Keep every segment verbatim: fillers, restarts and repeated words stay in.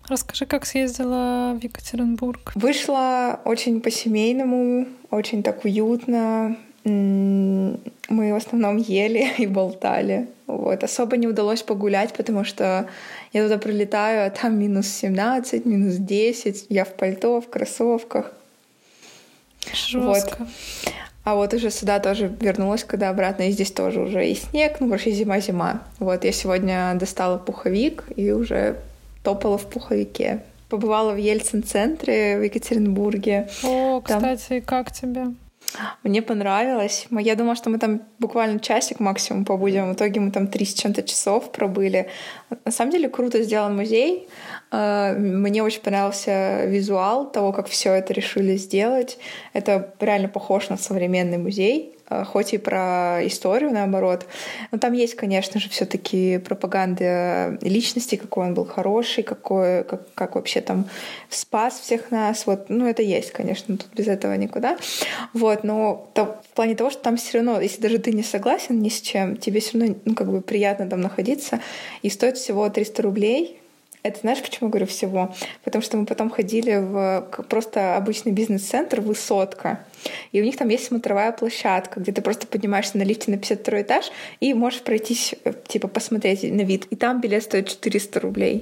Расскажи, как съездила в Екатеринбург. Вышла очень по-семейному, очень так уютно. Мы в основном ели и болтали. Вот. Особо не удалось погулять, потому что я туда прилетаю, а там минус семнадцать, минус десять. Я в пальто, в кроссовках. Жестко. Вот. А вот уже сюда тоже вернулась, когда обратно, и здесь тоже уже и снег, ну, вообще зима-зима. Вот, я сегодня достала пуховик и уже топала в пуховике. Побывала в Ельцин-центре в Екатеринбурге. О, Там... кстати, как тебе? Мне понравилось. Я думала, что мы там буквально часик максимум побудем. В итоге мы там три с чем-то часов пробыли. На самом деле круто сделан музей. Мне очень понравился визуал того, как все это решили сделать. Это реально похож на современный музей, хоть и про историю, наоборот. Но там есть, конечно же, все-таки пропаганда личности, какой он был хороший, какой, как, как вообще там спас всех нас. Вот, ну, это есть, конечно, тут без этого никуда. Вот, но то, в плане того, что там все равно, если даже ты не согласен ни с чем, тебе все равно, ну, как бы приятно там находиться, и стоит всего триста рублей. Это знаешь, почему я говорю всего? Потому что мы потом ходили в просто обычный бизнес-центр «Высотка», и у них там есть смотровая площадка, где ты просто поднимаешься на лифте на пятьдесят второй этаж и можешь пройтись, типа, посмотреть на вид. И там билет стоит четыреста рублей.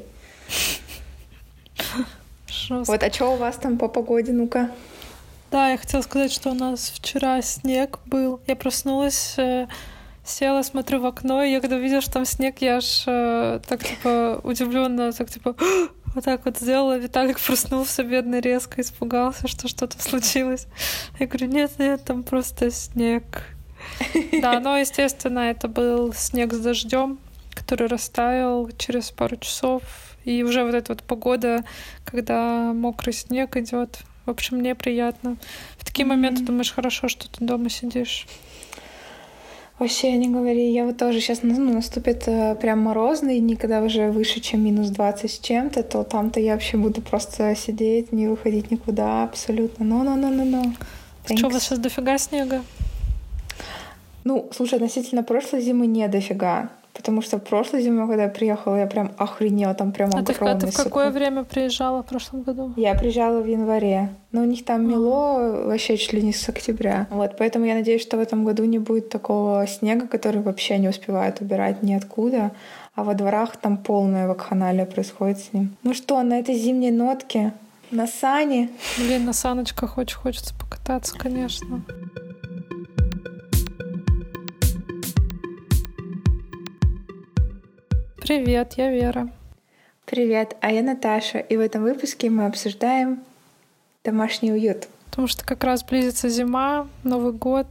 Жестко. Вот, а что у вас там по погоде, ну-ка? Да, я хотела сказать, что у нас вчера снег был. Я проснулась... Села, смотрю в окно, и я когда увидела, что там снег, я аж э, так, типа, удивленно, так, типа, вот так вот сделала. Виталик проснулся, бедный, резко испугался, что что-то случилось. Я говорю, нет-нет, там просто снег. Да, но, естественно, это был снег с дождем, который растаял через пару часов. И уже вот эта вот погода, когда мокрый снег идет. В общем, мне приятно. В такие mm-hmm. моменты думаешь, хорошо, что ты дома сидишь. Вообще не говори, я вот тоже сейчас, ну, наступит э, прям морозные дни, когда уже выше, чем минус двадцать с чем-то, то там-то я вообще буду просто сидеть, не выходить никуда абсолютно. Но-но-но-но-но. Что, у вас сейчас дофига снега? Ну, слушай, относительно прошлой зимы не дофига. Потому что в прошлой зимой, когда я приехала, я прям охренела, там прям а огромный. А ты в какое время приезжала в прошлом году? Я приезжала в январе. Но у них там мело mm. вообще чуть ли не с октября. Вот, поэтому я надеюсь, что в этом году не будет такого снега, который вообще не успевают убирать ниоткуда. А во дворах там полная вакханалия происходит с ним. Ну что, на этой зимней нотке, на сане. Блин, на саночках очень хочется покататься, конечно. Привет, я Вера. Привет, а я Наташа. И в этом выпуске мы обсуждаем домашний уют. Потому что как раз близится зима, Новый год,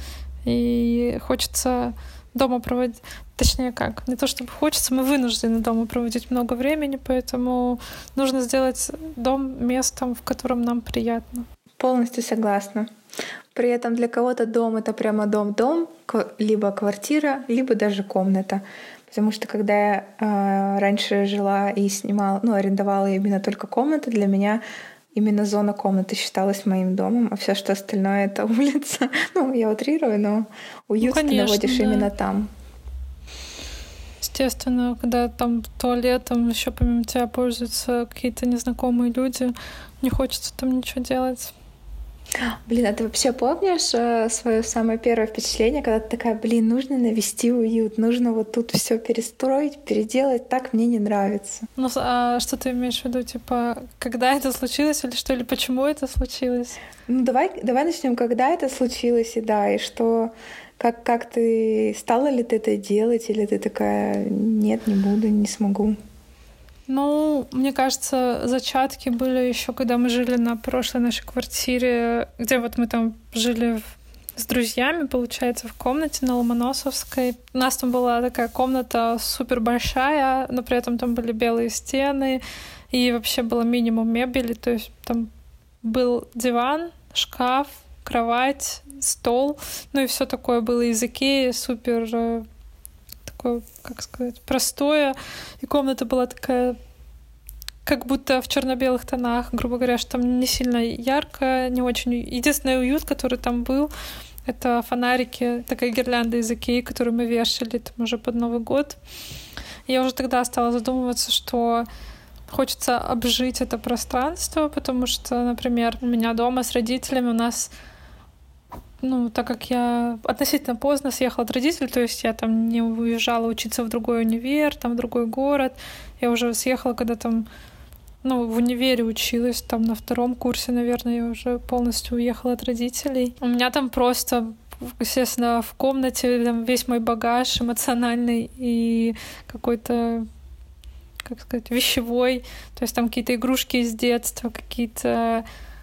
и хочется дома проводить... Точнее как, не то чтобы хочется, мы вынуждены дома проводить много времени, поэтому нужно сделать дом местом, в котором нам приятно. Полностью согласна. При этом для кого-то дом — это прямо дом-дом, либо квартира, либо даже комната. Потому что когда я э, раньше жила и снимала, ну, арендовала именно только комнаты, для меня именно зона комнаты считалась моим домом, а все, что остальное — это улица. Ну, я утрирую, но уют ну, конечно, ты наводишь да. именно там. Естественно, когда там туалетом еще помимо тебя пользуются какие-то незнакомые люди, не хочется там ничего делать. Блин, а ты вообще помнишь э, свое самое первое впечатление, когда ты такая, блин, нужно навести уют, нужно вот тут все перестроить, переделать, так мне не нравится. Ну, а что ты имеешь в виду, типа, когда это случилось или что, или почему это случилось? Ну, давай, давай начнем, когда это случилось, и да, и что, как, как ты, стала ли ты это делать, или ты такая, нет, не буду, не смогу. Ну, мне кажется, зачатки были еще, когда мы жили на прошлой нашей квартире, где вот мы там жили с друзьями, получается, в комнате на Ломоносовской. У нас там была такая комната супер большая, но при этом там были белые стены, и вообще было минимум мебели, то есть там был диван, шкаф, кровать, стол, ну и все такое было из Икеи, супер... такое, как сказать, простое. И комната была такая, как будто в черно-белых тонах, грубо говоря, что там не сильно ярко, не очень... Единственный уют, который там был, это фонарики, такая гирлянда из Икеи, которую мы вешали там уже под Новый год. И я уже тогда стала задумываться, что хочется обжить это пространство, потому что, например, у меня дома с родителями у нас, ну, так как я относительно поздно съехала от родителей, то есть я там не уезжала учиться в другой универ, там в другой город, я уже съехала, когда там, ну, в универе училась, там на втором курсе, наверное, я уже полностью уехала от родителей. У меня там просто, естественно, в комнате там весь мой багаж эмоциональный и какой-то, как сказать, вещевой, то есть там какие-то игрушки из детства, какие-то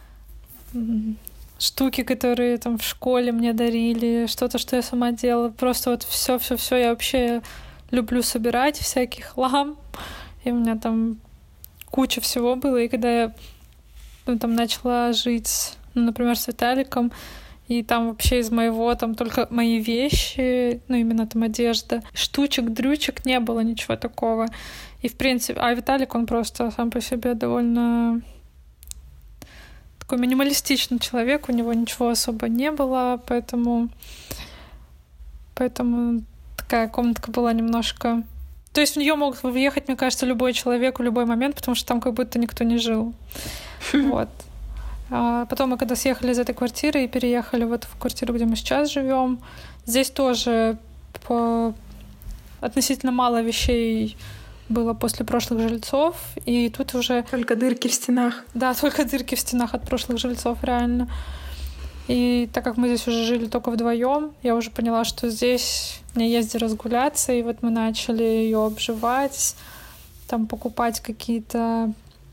штуки, которые там в школе мне дарили, что-то, что я сама делала. Просто вот все, все, все. Я вообще люблю собирать всякий хлам. И у меня там куча всего было. И когда я ну, там начала жить, ну, например, с Виталиком, и там вообще из моего там только мои вещи, ну, именно там одежда. Штучек, дрючек не было, ничего такого. И, в принципе, а Виталик, он просто сам по себе довольно такой минималистичный человек, у него ничего особо не было, поэтому, поэтому такая комнатка была немножко... То есть в нее мог въехать, мне кажется, любой человек в любой момент, потому что там как будто никто не жил. Вот. А потом мы когда съехали из этой квартиры и переехали вот в квартиру, где мы сейчас живем, здесь тоже по... относительно мало вещей было после прошлых жильцов, и тут уже... Только дырки в стенах. Да, только дырки в стенах от прошлых жильцов, реально. И так как мы здесь уже жили только вдвоем, я уже поняла, что здесь мне есть где разгуляться, и вот мы начали ее обживать, там покупать какие-то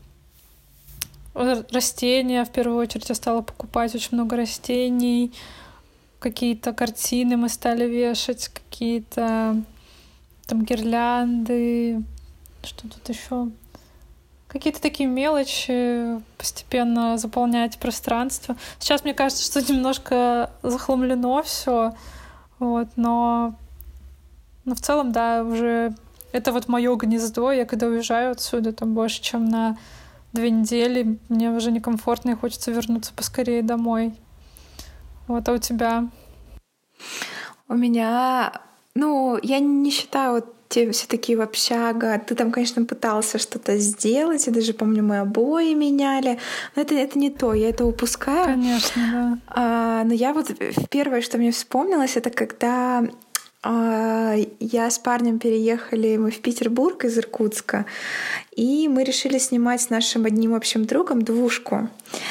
растения. В первую очередь я стала покупать очень много растений, какие-то картины мы стали вешать, какие-то там гирлянды, что тут еще? Какие-то такие мелочи, постепенно заполнять пространство. Сейчас мне кажется, что немножко захламлено все, вот, но, но в целом, да, уже это вот мое гнездо. Я когда уезжаю отсюда, там больше, чем на две недели, мне уже некомфортно и хочется вернуться поскорее домой. Вот, а у тебя? У меня, ну, я не считаю вот те все такие в общага. Ты там, конечно, пытался что-то сделать. Я даже помню, мы обои меняли. Но это, это не то, я это упускаю. Конечно, да. А, но я вот первое, что мне вспомнилось, это когда а, я с парнем переехали мы в Петербург из Иркутска, и мы решили снимать с нашим одним общим другом двушку.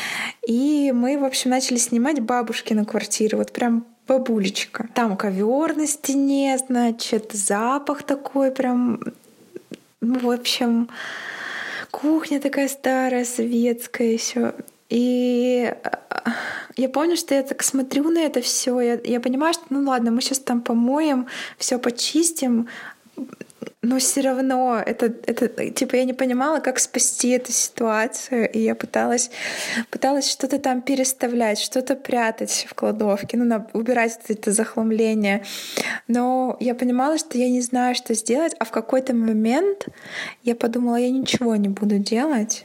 И мы, в общем, начали снимать бабушкину квартиру. Вот прям бабулечка. Там ковер на стене, значит, запах такой прям... Ну, в общем, кухня такая старая, советская еще. И я помню, что я так смотрю на это все. Я, я понимаю, что ну ладно, мы сейчас там помоем, все почистим, но все равно это, это, типа, я не понимала, как спасти эту ситуацию, и я пыталась, пыталась что-то там переставлять, что-то прятать в кладовке, ну, на, убирать это захламление. Но я понимала, что я не знаю, что сделать, а в какой-то момент я подумала, я ничего не буду делать.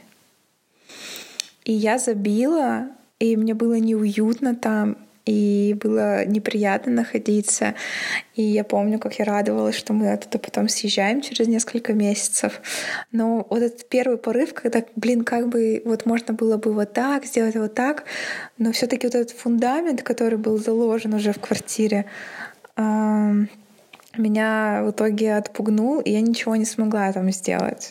И я забила, и мне было неуютно там, и было неприятно находиться. И я помню, как я радовалась, что мы оттуда потом съезжаем через несколько месяцев. Но вот этот первый порыв, когда, блин, как бы вот можно было бы вот так, сделать вот так, но все таки вот этот фундамент, который был заложен уже в квартире, меня в итоге отпугнул, и я ничего не смогла там сделать.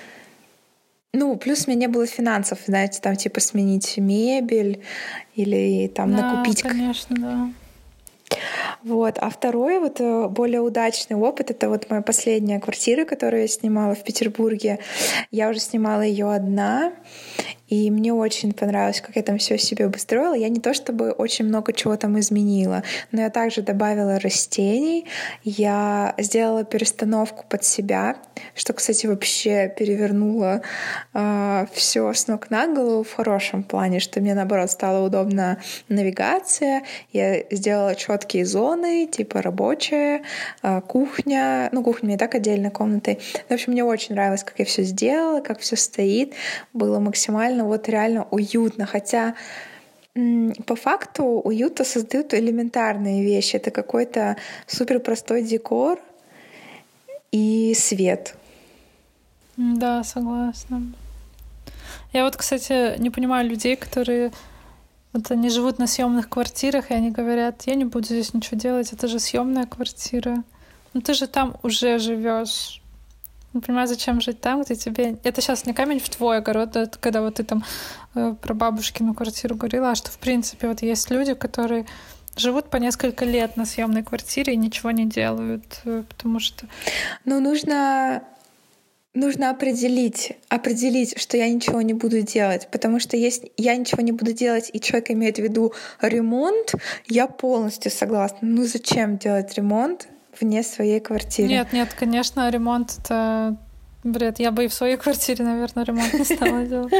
Ну, плюс у меня не было финансов, знаете, там типа сменить мебель или там да, накупить. Конечно, да. Вот. А второй вот более удачный опыт — это вот моя последняя квартира, которую я снимала в Петербурге. Я уже снимала ее одна, и мне очень понравилось, как я там все себе обустроила. Я не то чтобы очень много чего там изменила, но я также добавила растений, я сделала перестановку под себя, что, кстати, вообще перевернуло э, все с ног на голову в хорошем плане, что мне, наоборот, стала удобна навигация. Я сделала четкие зоны, типа рабочая, э, кухня. Ну, кухня не так отдельной комнатой. В общем, мне очень нравилось, как я все сделала, как все стоит. Было максимально вот реально уютно. Хотя по факту уюта создают элементарные вещи. Это какой-то супер простой декор и свет. Да, согласна. Я вот, кстати, не понимаю людей, которые вот они живут на съемных квартирах, и они говорят, я не буду здесь ничего делать, это же съемная квартира. Ну ты же там уже живешь. Не понимаю, зачем жить там, где тебе... Это сейчас не камень в твой огород, это когда вот ты там э, про бабушкину квартиру говорила, а что, в принципе, вот есть люди, которые живут по несколько лет на съемной квартире и ничего не делают, э, потому что... Ну, нужно... Нужно определить, определить, что я ничего не буду делать, потому что если я ничего не буду делать, и человек имеет в виду ремонт, я полностью согласна. Ну зачем делать ремонт вне своей квартиры? Нет, нет, конечно, ремонт — это бред. Я бы и в своей квартире, наверное, ремонт не стала делать.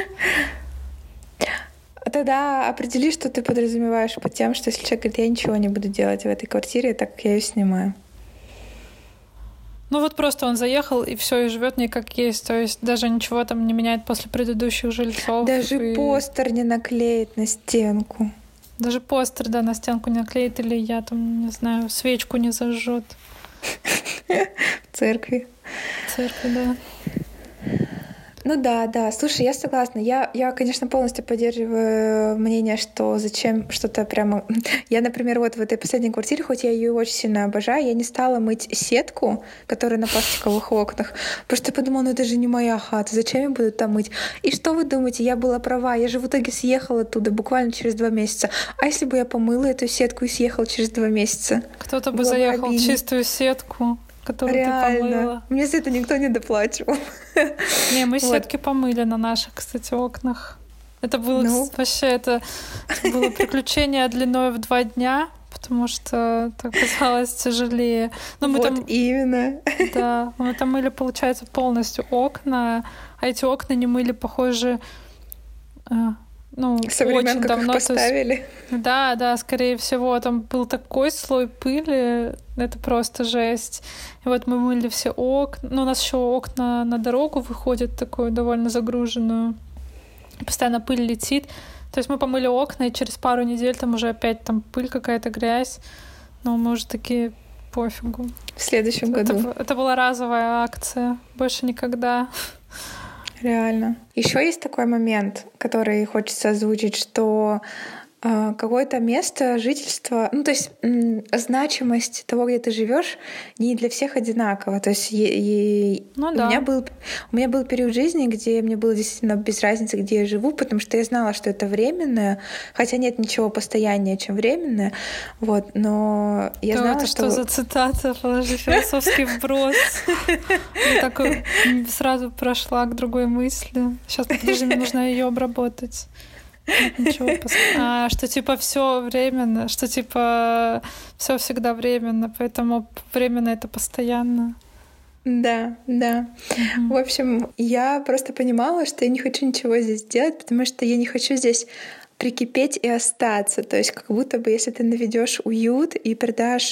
Тогда определи, что ты подразумеваешь под тем, что если человек говорит, я ничего не буду делать в этой квартире, так как я ее снимаю. Ну вот просто он заехал и все, и живет не как есть, то есть даже ничего там не меняет после предыдущих жильцов. Даже и... постер не наклеит на стенку. Даже постер, да, на стенку не наклеит, или я там, не знаю, свечку не зажжет. В церкви. В церкви, да. Ну да, да. Слушай, я согласна. Я, я, конечно, полностью поддерживаю мнение, что зачем что-то прямо... Я, например, вот в этой последней квартире, хоть я ее очень сильно обожаю, я не стала мыть сетку, которая на пластиковых окнах. Просто подумала, ну это же не моя хата, зачем я буду там мыть? И что вы думаете, я была права, я же в итоге съехала оттуда буквально через два месяца. А если бы я помыла эту сетку и съехала через два месяца? Кто-то бы заехал в чистую сетку, которую Реально. ты помыла. Мне за это никто не доплачивал. Не, мы вот. Сетки помыли на наших, кстати, окнах. Это было ну. вообще это, это было приключение длиной в два дня, потому что так казалось тяжелее. Но мы вот там, именно. Да, мы там мыли, получается, полностью окна, а эти окна не мыли, похоже, ну, очень давно. Поставили. Есть, да, да, скорее всего, там был такой слой пыли, это просто жесть. И вот мы мыли все окна. Ну, у нас еще окна на дорогу выходят, такую довольно загруженную. Постоянно пыль летит. То есть мы помыли окна, и через пару недель там уже опять там пыль какая-то, грязь. Но мы уже такие пофигу. В следующем это, году. Это, это была разовая акция. Больше никогда. Реально. Еще есть такой момент, который хочется озвучить, что э, какое-то место жительства, ну то есть м, значимость того, где ты живешь, не для всех одинаково. То есть е- е- ну, у, да. меня был, у меня был период жизни, где мне было действительно без разницы, где я живу, потому что я знала, что это временное, хотя нет ничего постояннее, чем временное. Вот, но я да, знала, это что... что за цитата? Положи философский вброс. Я так сразу прошла к другой мысли. Сейчас, подожди, мне нужно ее обработать. Ничего, а, что типа все временно, что типа все всегда временно, поэтому временно это постоянно. Да, да. Uh-huh. В общем, я просто понимала, что я не хочу ничего здесь делать, потому что я не хочу здесь прикипеть и остаться. То есть как будто бы если ты наведешь уют и придашь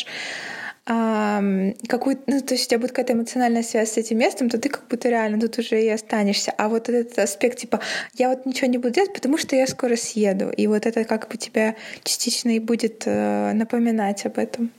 Um, какую, ну, то есть у тебя будет какая-то эмоциональная связь с этим местом, то ты как будто реально тут уже и останешься. А вот этот аспект, типа, я вот ничего не буду делать, потому что я скоро съеду. И вот это как бы тебя частично и будет э, напоминать об этом.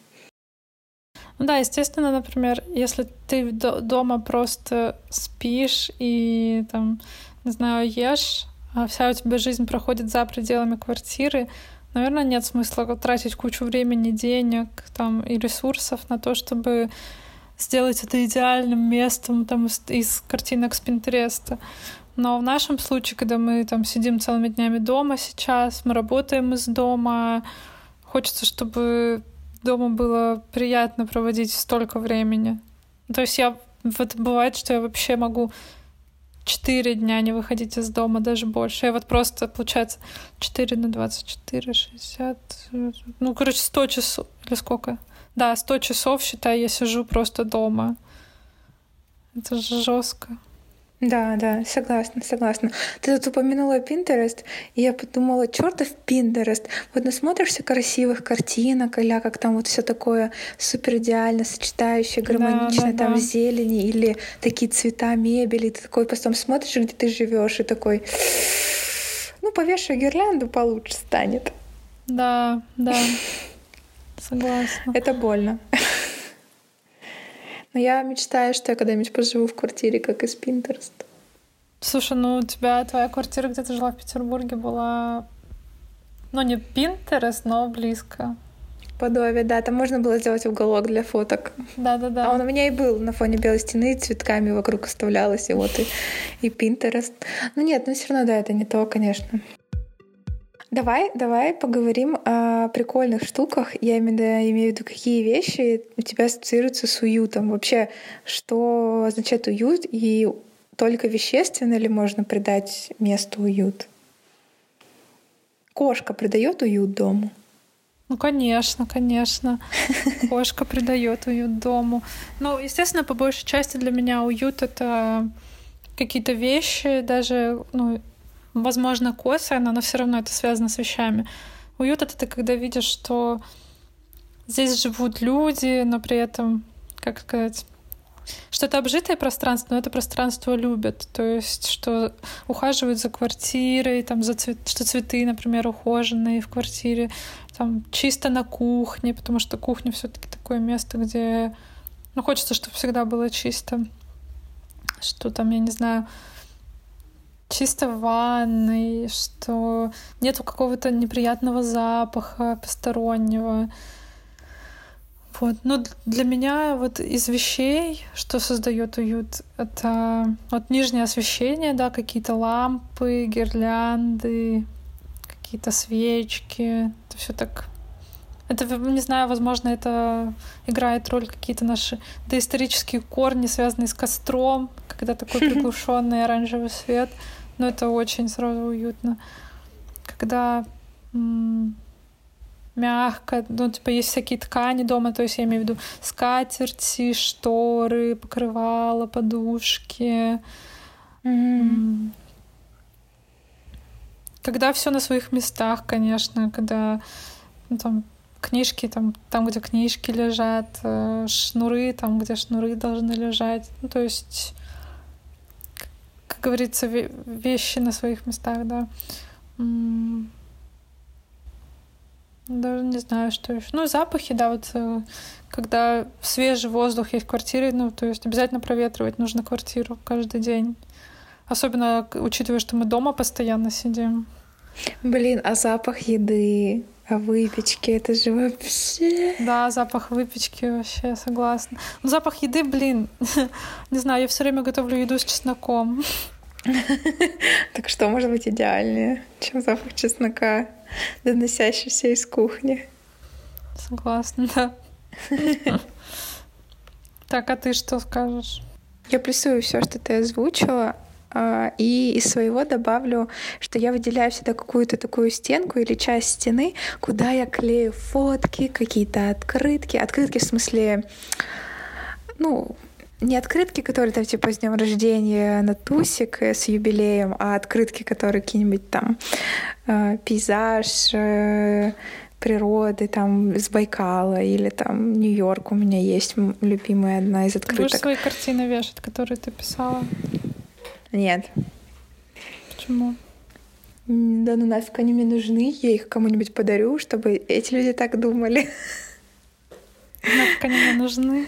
Ну да, естественно, например, если ты дома просто спишь и там, не знаю, ешь, а вся у тебя жизнь проходит за пределами квартиры, наверное, нет смысла тратить кучу времени, денег там, и ресурсов на то, чтобы сделать это идеальным местом там, из, из картинок с Пинтереста. Но в нашем случае, когда мы там сидим целыми днями дома сейчас, мы работаем из дома, хочется, чтобы дома было приятно проводить столько времени. То есть я вот бывает, что я вообще могу четыре дня не выходить из дома, даже больше. Я вот просто, получается, четыре на двадцать четыре, шестьдесят... Ну, короче, сто часов. Или сколько? Да, сто часов, считай, я сижу просто дома. Это же жестко. Да, да, согласна, согласна. Ты тут упомянула Pinterest, и я подумала, чертов Pinterest. Вот насмотришься красивых картинок, или как там вот все такое супер идеально сочетающее, гармоничное, да, да, там да. Зелени или такие цвета мебели. Ты такой потом смотришь, где ты живешь, и такой, ну, повешаю гирлянду, получше станет. Да, да, согласна. Это больно. Но я мечтаю, что я когда-нибудь поживу в квартире, как из Pinterest. Слушай, ну у тебя твоя квартира, где ты жила в Петербурге, была, ну не Pinterest, но близко. Подобие, да, там можно было сделать уголок для фоток. Да-да-да. А он у меня и был на фоне белой стены, цветками вокруг оставлялось, и вот и, и Pinterest. Ну нет, ну все равно, да, это не то, конечно. Давай, давай поговорим о прикольных штуках. Я именно имею в виду, какие вещи у тебя ассоциируются с уютом. Вообще, что означает уют, и только вещественно ли можно придать месту уют? Кошка придает уют дому? Ну, конечно, конечно. Кошка придает уют дому. Ну, естественно, по большей части для меня уют — это какие-то вещи, даже, ну, возможно, косвенно, но все равно это связано с вещами. Уют — это ты когда видишь, что здесь живут люди, но при этом, как сказать, что это обжитое пространство, но это пространство любят. То есть, что ухаживают за квартирой, там, за цвет... что цветы, например, ухоженные в квартире, там, чисто на кухне, потому что кухня все-таки такое место, где, ну, хочется, чтобы всегда было чисто. Что там, я не знаю, чисто в ванной, что нету какого-то неприятного запаха постороннего. Вот. Но для меня вот из вещей, что создает уют, это вот нижнее освещение, да, какие-то лампы, гирлянды, какие-то свечки. Это все так. Это, не знаю, возможно, это играет роль какие-то наши доисторические корни, связанные с костром, когда такой приглушенный оранжевый свет. Но это очень сразу уютно. Когда м- мягко, ну, типа, есть всякие ткани дома, то есть я имею в виду скатерти, шторы, покрывала, подушки. Mm-hmm. Когда все на своих местах, конечно, когда, ну, там, книжки, там, там, где книжки лежат, шнуры, там, где шнуры должны лежать. Ну, то есть, как говорится, вещи на своих местах, да. Даже не знаю, что еще. Ну, запахи, да, вот когда свежий воздух есть в квартире, ну, то есть обязательно проветривать нужно квартиру каждый день. Особенно учитывая, что мы дома постоянно сидим. Блин, а запах еды, а выпечки, это же вообще... Да, запах выпечки вообще, согласна. Но запах еды, блин, не знаю, я все время готовлю еду с чесноком. Так что может быть идеальнее, чем запах чеснока, доносящийся из кухни? Согласна, да. Так, а ты что скажешь? Я плюсую все, что ты озвучила. И из своего добавлю, что я выделяю всегда какую-то такую стенку или часть стены, куда я клею фотки, какие-то открытки. Открытки в смысле, ну, не открытки, которые там типа с днем рождения на тусик с юбилеем, а открытки, которые какие-нибудь там пейзаж природы, там, с Байкала или там Нью-Йорк у меня есть любимая одна из открыток. Будешь свои картины вешать, которые ты писала? Нет. Почему? Да ну нафиг они мне нужны, я их кому-нибудь подарю, чтобы эти люди так думали. Нафиг они мне нужны.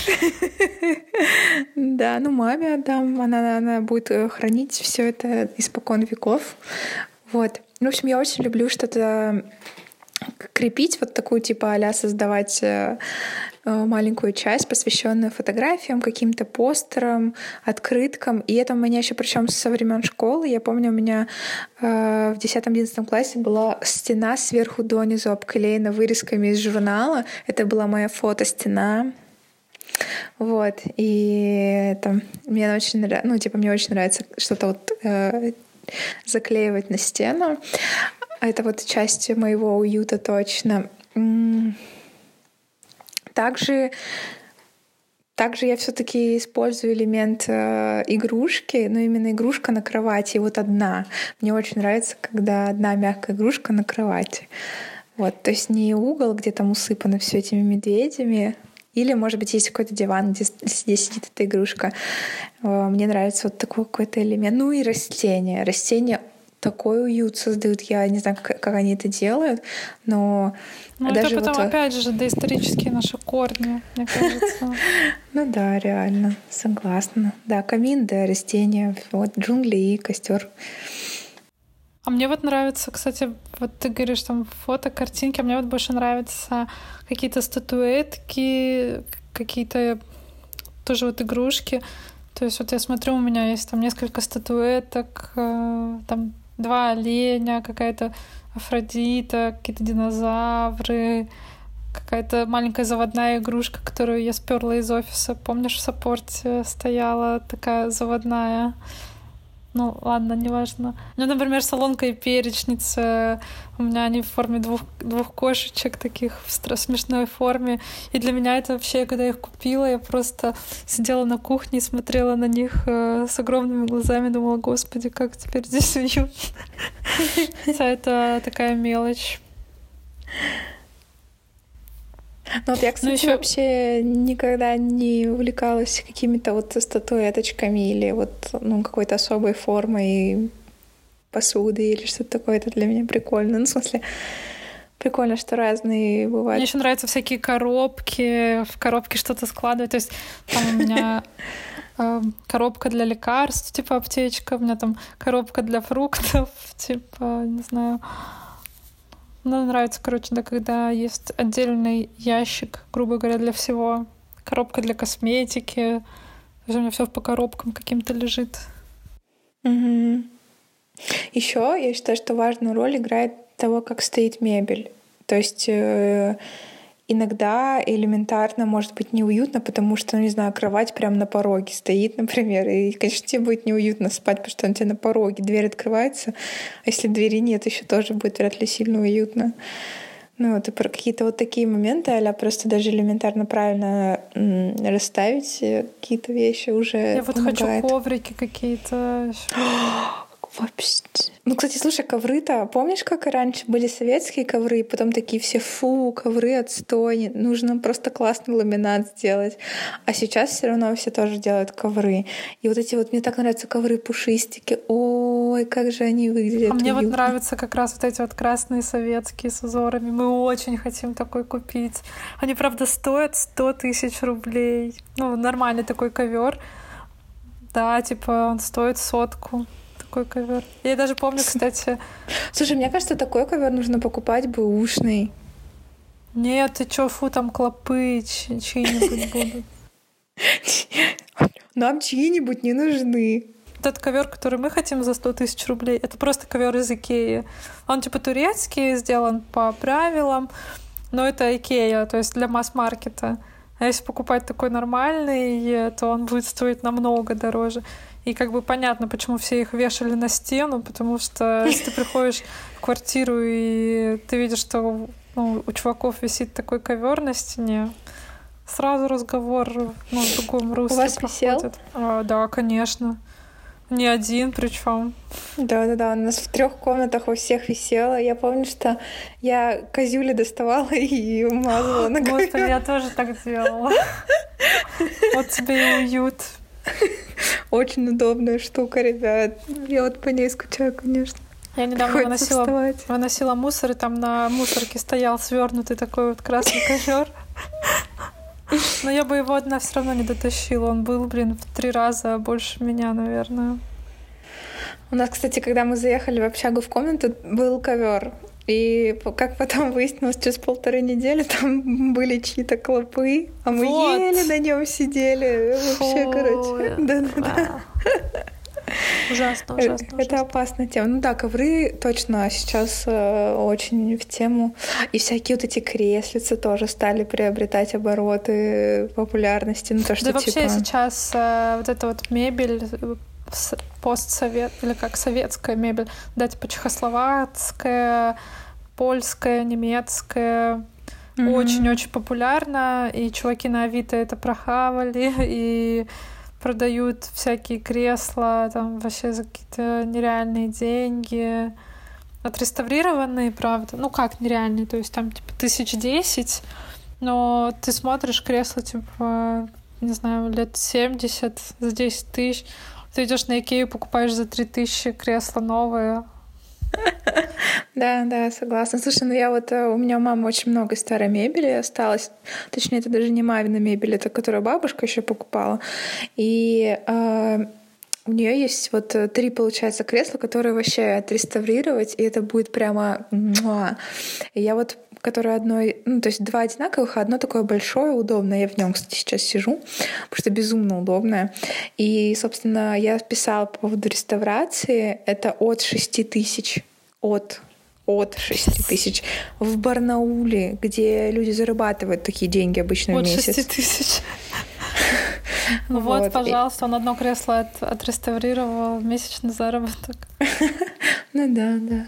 Да, ну маме отдам, она, она будет хранить все это испокон веков. Вот. В общем, я очень люблю что-то крепить, вот такую типа а-ля создавать маленькую часть, посвященную фотографиям, каким-то постерам, открыткам. И это у меня еще причем со времен школы. Я помню, у меня э, в десятом-одиннадцатом классе была стена сверху донизу обклеена вырезками из журнала. Это была моя фотостена. Вот. И там мне очень нравится, ну, типа, мне очень нравится что-то вот э, заклеивать на стену. Это вот часть моего уюта точно. Также, также я все-таки использую элемент э, игрушки, но именно игрушка на кровати, вот одна. Мне очень нравится, когда одна мягкая игрушка на кровати. Вот, то есть не угол, где там усыпано все этими медведями, или, может быть, есть какой-то диван, где, где сидит эта игрушка. Э, мне нравится вот такой какой-то элемент. Ну и растения. Растения такой уют создают. Я не знаю, как, как они это делают, но ну, даже это потом, вот... опять же, доисторические наши корни, мне кажется. Ну да, реально, согласна. Да, камин, да, растения, вот джунгли и костер. А мне вот нравится, кстати, вот ты говоришь там фото, картинки, а мне вот больше нравятся какие-то статуэтки, какие-то тоже вот игрушки. То есть вот я смотрю, у меня есть там несколько статуэток, э, там два оленя, какая-то Афродита, какие-то динозавры, какая-то маленькая заводная игрушка, которую я сперла из офиса. Помнишь, в саппорте стояла такая заводная? Ну, ладно, неважно. Ну, например, солонка и перечница. У меня они в форме двух, двух кошечек таких в стра- смешной форме. И для меня это вообще, когда я их купила, я просто сидела на кухне и смотрела на них э, с огромными глазами, думала, господи, как теперь здесь уютно. Хотя это такая мелочь. Ну вот я, кстати, Ну, ещё... вообще никогда не увлекалась какими-то вот статуэточками или вот ну, какой-то особой формой посуды или что-то такое. Это для меня прикольно. Ну, в смысле, прикольно, что разные бывают. Мне еще нравятся всякие коробки, в коробке что-то складывать. То есть там у меня э, коробка для лекарств, типа аптечка, у меня там коробка для фруктов, типа, не знаю... Мне нравится, короче, да, когда есть отдельный ящик, грубо говоря, для всего. Коробка для косметики. У меня все по коробкам каким-то лежит. Угу. Еще я считаю, что важную роль играет того, как стоит мебель. То есть э, иногда элементарно может быть неуютно, потому что, ну, не знаю, кровать прямо на пороге стоит, например, и, конечно, тебе будет неуютно спать, потому что она тебе на пороге, дверь открывается, а если двери нет, еще тоже будет вряд ли сильно уютно. Ну, вот и про какие-то вот такие моменты, а-ля просто даже элементарно правильно м- расставить какие-то вещи уже Я помогает. вот хочу коврики какие-то. Вообще. Ну, кстати, слушай, ковры-то, помнишь, как и раньше были советские ковры, и потом такие все, фу, ковры отстой, нужно просто классный ламинат сделать. А сейчас все равно все тоже делают ковры. И вот эти вот, мне так нравятся ковры-пушистики, ой, как же они выглядят. А мне уютно. вот нравятся как раз вот эти вот красные советские с узорами. Мы очень хотим такой купить. Они, правда, стоят сто тысяч рублей. Ну, нормальный такой ковер. Да, типа он стоит сотку. Такой ковер. Я даже помню, кстати... Слушай, мне кажется, такой ковер нужно покупать бэушный. Нет, ты чё, фу, там клопы чь- чьи-нибудь будут. Нам чьи-нибудь не нужны. Тот ковер, который мы хотим за сто тысяч рублей, это просто ковер из Икеи. Он типа турецкий, сделан по правилам, но это Икея, то есть для масс-маркета. А если покупать такой нормальный, то он будет стоить намного дороже. И как бы понятно, почему все их вешали на стену, потому что если ты приходишь в квартиру и ты видишь, что ну, у чуваков висит такой ковер на стене, сразу разговор ну, в другом русле У вас проходит. висел? А, да, конечно. Не один, причем. Да-да-да, у нас в трех комнатах у всех висело. Я помню, что я козюли доставала и умазывала на ковер. Господи, я тоже так делала. Вот тебе и уют. Очень удобная штука, ребят. Я вот по ней скучаю, конечно. Я недавно выносила, выносила мусор, и там на мусорке стоял свернутый такой вот красный ковер. Но я бы его одна все равно не дотащила. Он был, блин, в три раза больше меня, наверное. У нас, кстати, когда мы заехали в общагу в комнату, был ковер. И как потом выяснилось, через полторы недели там были чьи-то клопы, а мы вот. еле на нем сидели. Вообще, Фу, короче. Да-да-да. Ужасно, ужасно, Это ужасно. опасная тема. Ну да, ковры точно сейчас э, очень в тему. И всякие вот эти креслицы тоже стали приобретать обороты популярности. Ну, то, что, да вообще типа... сейчас э, вот эта вот мебель постсовет или как советская мебель, да, типа чехословацкая, польская, немецкая, mm-hmm. очень-очень популярна, и чуваки на Авито это прохавали, и продают всякие кресла там вообще за какие-то нереальные деньги. Отреставрированные, правда. Ну как нереальные, то есть там типа тысяч десять, но ты смотришь кресло типа, не знаю, лет семьдесят за десять тысяч. Ты идешь на Икею, покупаешь за три тысячи кресло новое. Да, да, согласна. Слушай, ну я вот, э, у меня у мамы очень много старой мебели осталось. Точнее, это даже не мамина мебель, это которую бабушка еще покупала. И э, у нее есть вот э, три, получается, кресла, которые вообще отреставрировать, и это будет прямо муа. И я вот которое одной, ну, то есть два одинаковых, а одно такое большое, удобное. Я в нем, кстати, сейчас сижу, потому что безумно удобное. И, собственно, я писала по поводу реставрации. Это от шести тысяч. От от шести тысяч в Барнауле, где люди зарабатывают такие деньги обычно в месяц. От шести тысяч. Вот, пожалуйста, он одно кресло от, отреставрировал, месячный заработок. Ну да, да.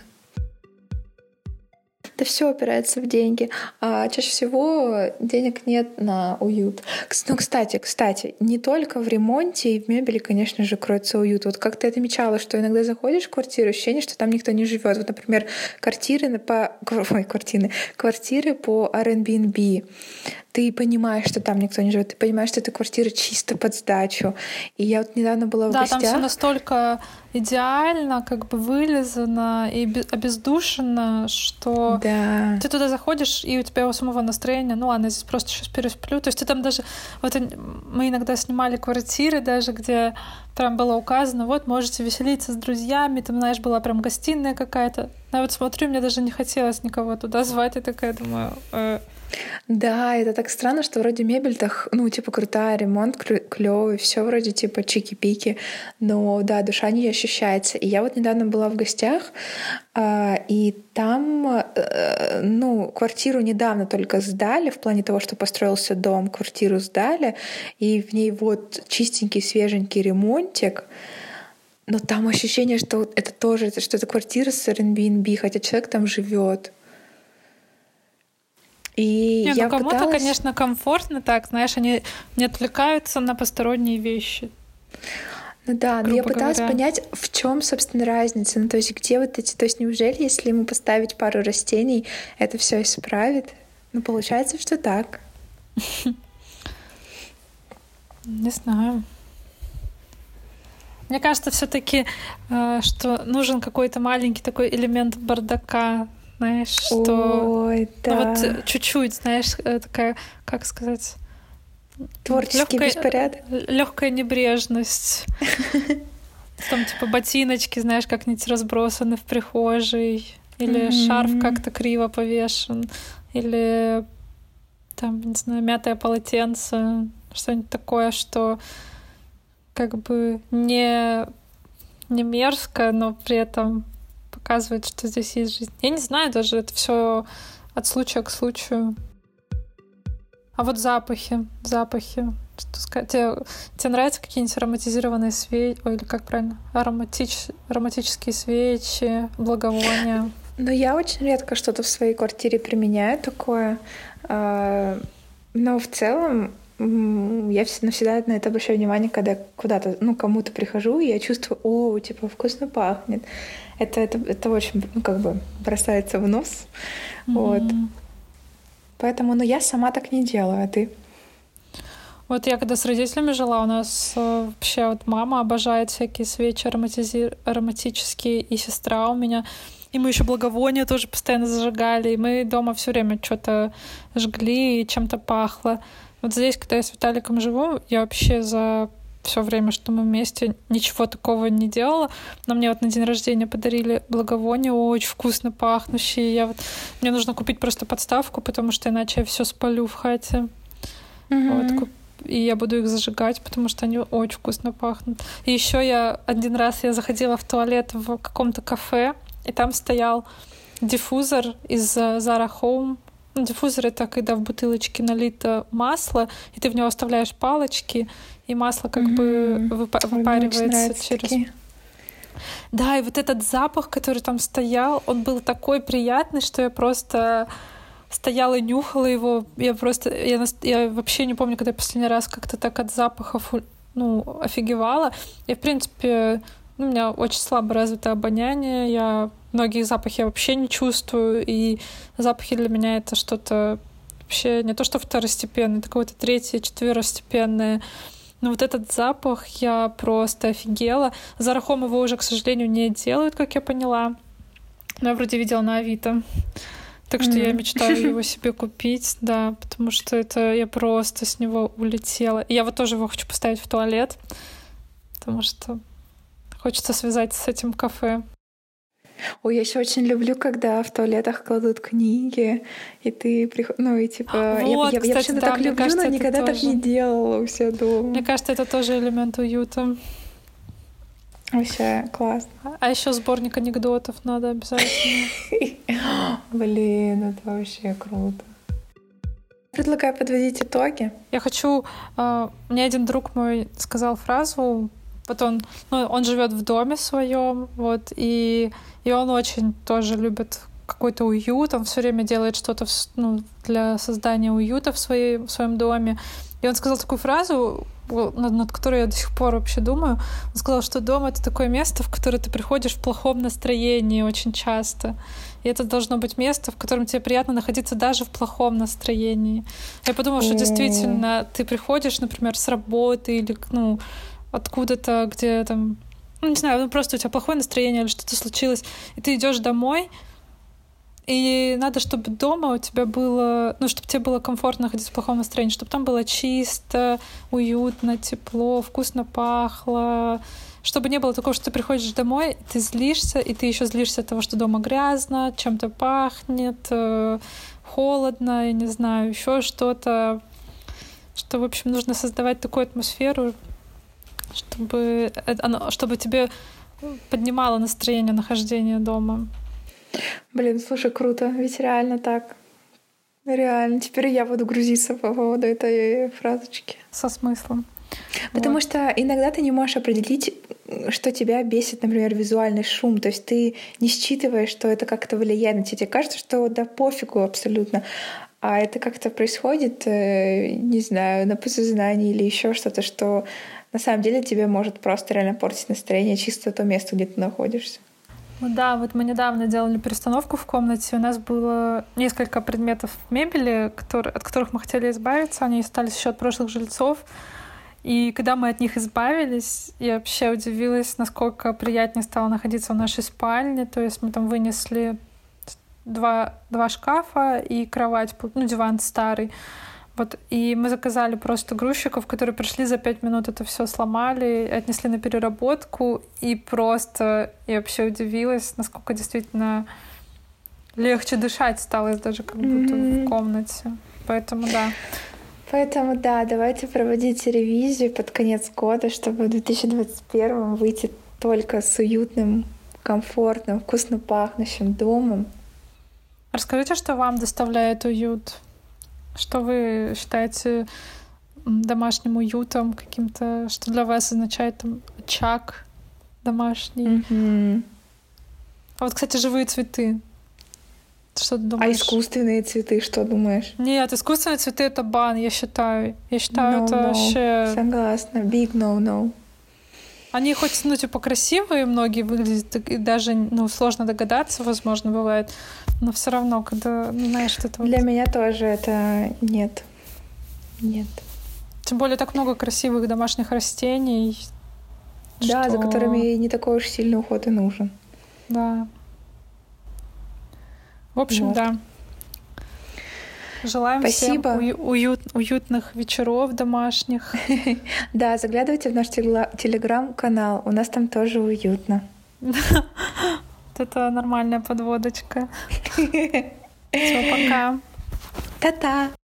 Да все опирается в деньги. А чаще всего денег нет на уют. Ну, кстати, кстати, не только в ремонте и в мебели, конечно же, кроется уют. Вот как ты отмечала, что иногда заходишь в квартиру, ощущение, что там никто не живет. Вот, например, квартиры по... Ой, квартиры, квартиры по Airbnb. Ты понимаешь, что там никто не живет, ты понимаешь, что эта квартира чисто под сдачу. И я вот недавно была в да, гостях. Да, там все настолько идеально, как бы вылизано и обездушено, что да. ты туда заходишь, и у тебя у самого настроения, ну ладно, я здесь просто сейчас пересплю. То есть ты там даже... Вот мы иногда снимали квартиры даже, где прям было указано, вот, можете веселиться с друзьями, там, знаешь, была прям гостиная какая-то. Я вот смотрю, мне даже не хотелось никого туда звать, и такая думаю... Э... Да, это так странно, что вроде мебель-то, ну, типа, крутая, ремонт клёвый, все вроде типа чики-пики, но да, душа не ощущается. И я вот недавно была в гостях, и там, ну, квартиру недавно только сдали, в плане того, что построился дом, квартиру сдали, и в ней вот чистенький, свеженький ремонтик. Но там ощущение, что это тоже, что это квартира с Airbnb, хотя человек там живет. И не, я ну кому-то, пыталась... конечно, комфортно так, знаешь, они не отвлекаются на посторонние вещи. Ну да, но я пыталась говоря. понять, в чем, собственно, разница. Ну, то есть, где вот эти. То есть, неужели, если ему поставить пару растений, это все исправит? Ну, получается, что так. Не знаю. Мне кажется, все-таки, что нужен какой-то маленький такой элемент бардака. Знаешь, что... Ой, да. Ну вот чуть-чуть, знаешь, такая, как сказать... Творческий лёгкая, беспорядок. Легкая небрежность. Там типа ботиночки, знаешь, как-нибудь разбросаны в прихожей. Или mm-hmm. шарф как-то криво повешен. Или там, не знаю, мятое полотенце. Что-нибудь такое, что как бы не, не мерзко, но при этом... показывает, что здесь есть жизнь. Я не знаю даже, это все от случая к случаю. А вот запахи, запахи. Что сказать? Тебе, тебе нравятся какие-нибудь ароматизированные свечи? Ой, или как правильно? Ароматич... Ароматические свечи, благовония? Ну, я очень редко что-то в своей квартире применяю такое. Но в целом я всегда на это обращаю внимание, когда куда-то, ну, кому-то прихожу, и я чувствую, о, типа, вкусно пахнет. Это, это, это очень, ну, как бы бросается в нос. Mm-hmm. Вот. Поэтому, ну, я сама так не делаю, а ты? Вот я когда с родителями жила, у нас вообще вот мама обожает всякие свечи ароматизи... ароматические, и сестра у меня. И мы еще благовония тоже постоянно зажигали, и мы дома все время что-то жгли, и чем-то пахло. Вот здесь, когда я с Виталиком живу, я вообще за все время, что мы вместе, ничего такого не делала. Но мне вот на день рождения подарили благовония, очень вкусно пахнущие. Я вот... Мне нужно купить просто подставку, потому что иначе я все спалю в хате. Mm-hmm. Вот. И я буду их зажигать, потому что они очень вкусно пахнут. И еще я один раз я заходила в туалет в каком-то кафе, и там стоял диффузор из Zara Home. Диффузор — это когда в бутылочке налито масло, и ты в него оставляешь палочки, и масло как mm-hmm. бы выпа- выпаривается через... Такие. Да, и вот этот запах, который там стоял, он был такой приятный, что я просто стояла и нюхала его. Я просто... Я, я вообще не помню, когда я последний раз как-то так от запахов, ну, офигевала. Я, в принципе... Ну, у меня очень слабо развито обоняние, я многие запахи вообще не чувствую, и запахи для меня — это что-то вообще не то что второстепенное, это какое-то третье, четверостепенное. Но вот этот запах, я просто офигела. Zara Home его уже, к сожалению, не делают, как я поняла. Ну, я вроде видела на Авито. Так что mm. я мечтаю его себе купить, да, потому что это я просто с него улетела. И я вот тоже его хочу поставить в туалет, потому что хочется связать с этим кафе. Ой, я еще очень люблю, когда в туалетах кладут книги, и ты приходишь, ну и типа... Вот, я, я, кстати, я вообще да, так мне люблю, кажется, но никогда тоже. так не делала у себя дома. Мне кажется, это тоже элемент уюта. Вообще классно. А еще сборник анекдотов надо обязательно. Блин, это вообще круто. Предлагаю подводить итоги. Я хочу... Uh, мне один друг мой сказал фразу, вот он, ну, он живет в доме своем, вот, и, и он очень тоже любит какой-то уют, он все время делает что-то в, ну, для создания уюта в, своей, в своем доме. И он сказал такую фразу, над, над которой я до сих пор вообще думаю. Он сказал, что дом — это такое место, в которое ты приходишь в плохом настроении очень часто. И это должно быть место, в котором тебе приятно находиться даже в плохом настроении. Я подумала, что действительно ты приходишь, например, с работы или, ну, откуда-то, где там, ну, не знаю, ну, просто у тебя плохое настроение или что-то случилось, и ты идешь домой, и надо, чтобы дома у тебя было, ну, чтобы тебе было комфортно находиться в плохом настроении, чтобы там было чисто, уютно, тепло, вкусно пахло, чтобы не было такого, что ты приходишь домой, ты злишься, и ты еще злишься от того, что дома грязно, чем-то пахнет, холодно, я не знаю, еще что-то, что, в общем, нужно создавать такую атмосферу, чтобы, оно, чтобы тебе поднимало настроение нахождения дома. Блин, слушай, круто, ведь реально так. Реально. Теперь я буду грузиться по поводу этой фразочки. Со смыслом. Потому вот. что иногда ты не можешь определить, что тебя бесит, например, визуальный шум. То есть ты не считываешь, что это как-то влияет на тебя. Тебе кажется, что да пофигу абсолютно. А это как-то происходит, не знаю, на подсознании или еще что-то, что на самом деле тебе может просто реально портить настроение чисто то место, где ты находишься. Ну да, вот мы недавно делали перестановку в комнате, у нас было несколько предметов мебели, которые, от которых мы хотели избавиться, они остались еще от прошлых жильцов. И когда мы от них избавились, я вообще удивилась, насколько приятнее стало находиться в нашей спальне. То есть мы там вынесли два, два шкафа и кровать, ну, диван старый. Вот, и мы заказали просто грузчиков, которые пришли за пять минут, это все сломали, отнесли на переработку, и просто я вообще удивилась, насколько действительно легче дышать стало даже как будто mm-hmm. в комнате. Поэтому да. Поэтому да, давайте проводить ревизию под конец года, чтобы в две тысячи двадцать первом выйти только с уютным, комфортным, вкусно пахнущим домом. Расскажите, что вам доставляет уют? Что вы считаете домашним уютом, каким-то, что для вас означает там очаг домашний? Mm-hmm. А вот, кстати, живые цветы. Что ты думаешь? А искусственные цветы, что думаешь? Нет, искусственные цветы — это бан, я считаю. Я считаю, no, это no. вообще... Согласна. Big no-no. Они хоть, ну, типа, красивые, многие выглядят, и даже, ну, сложно догадаться, возможно, бывает, но все равно, когда, ну, знаешь, что это... Для вот... меня тоже это нет. Нет. Тем более так много красивых домашних растений. Да, что... за которыми не такой уж сильный уход и нужен. Да. В общем, вот. Да. Желаем Спасибо. всем уют, уют, уютных вечеров домашних. Да, заглядывайте в наш телеграм-канал. У нас там тоже уютно. Это нормальная подводочка. Все, пока. Та-та.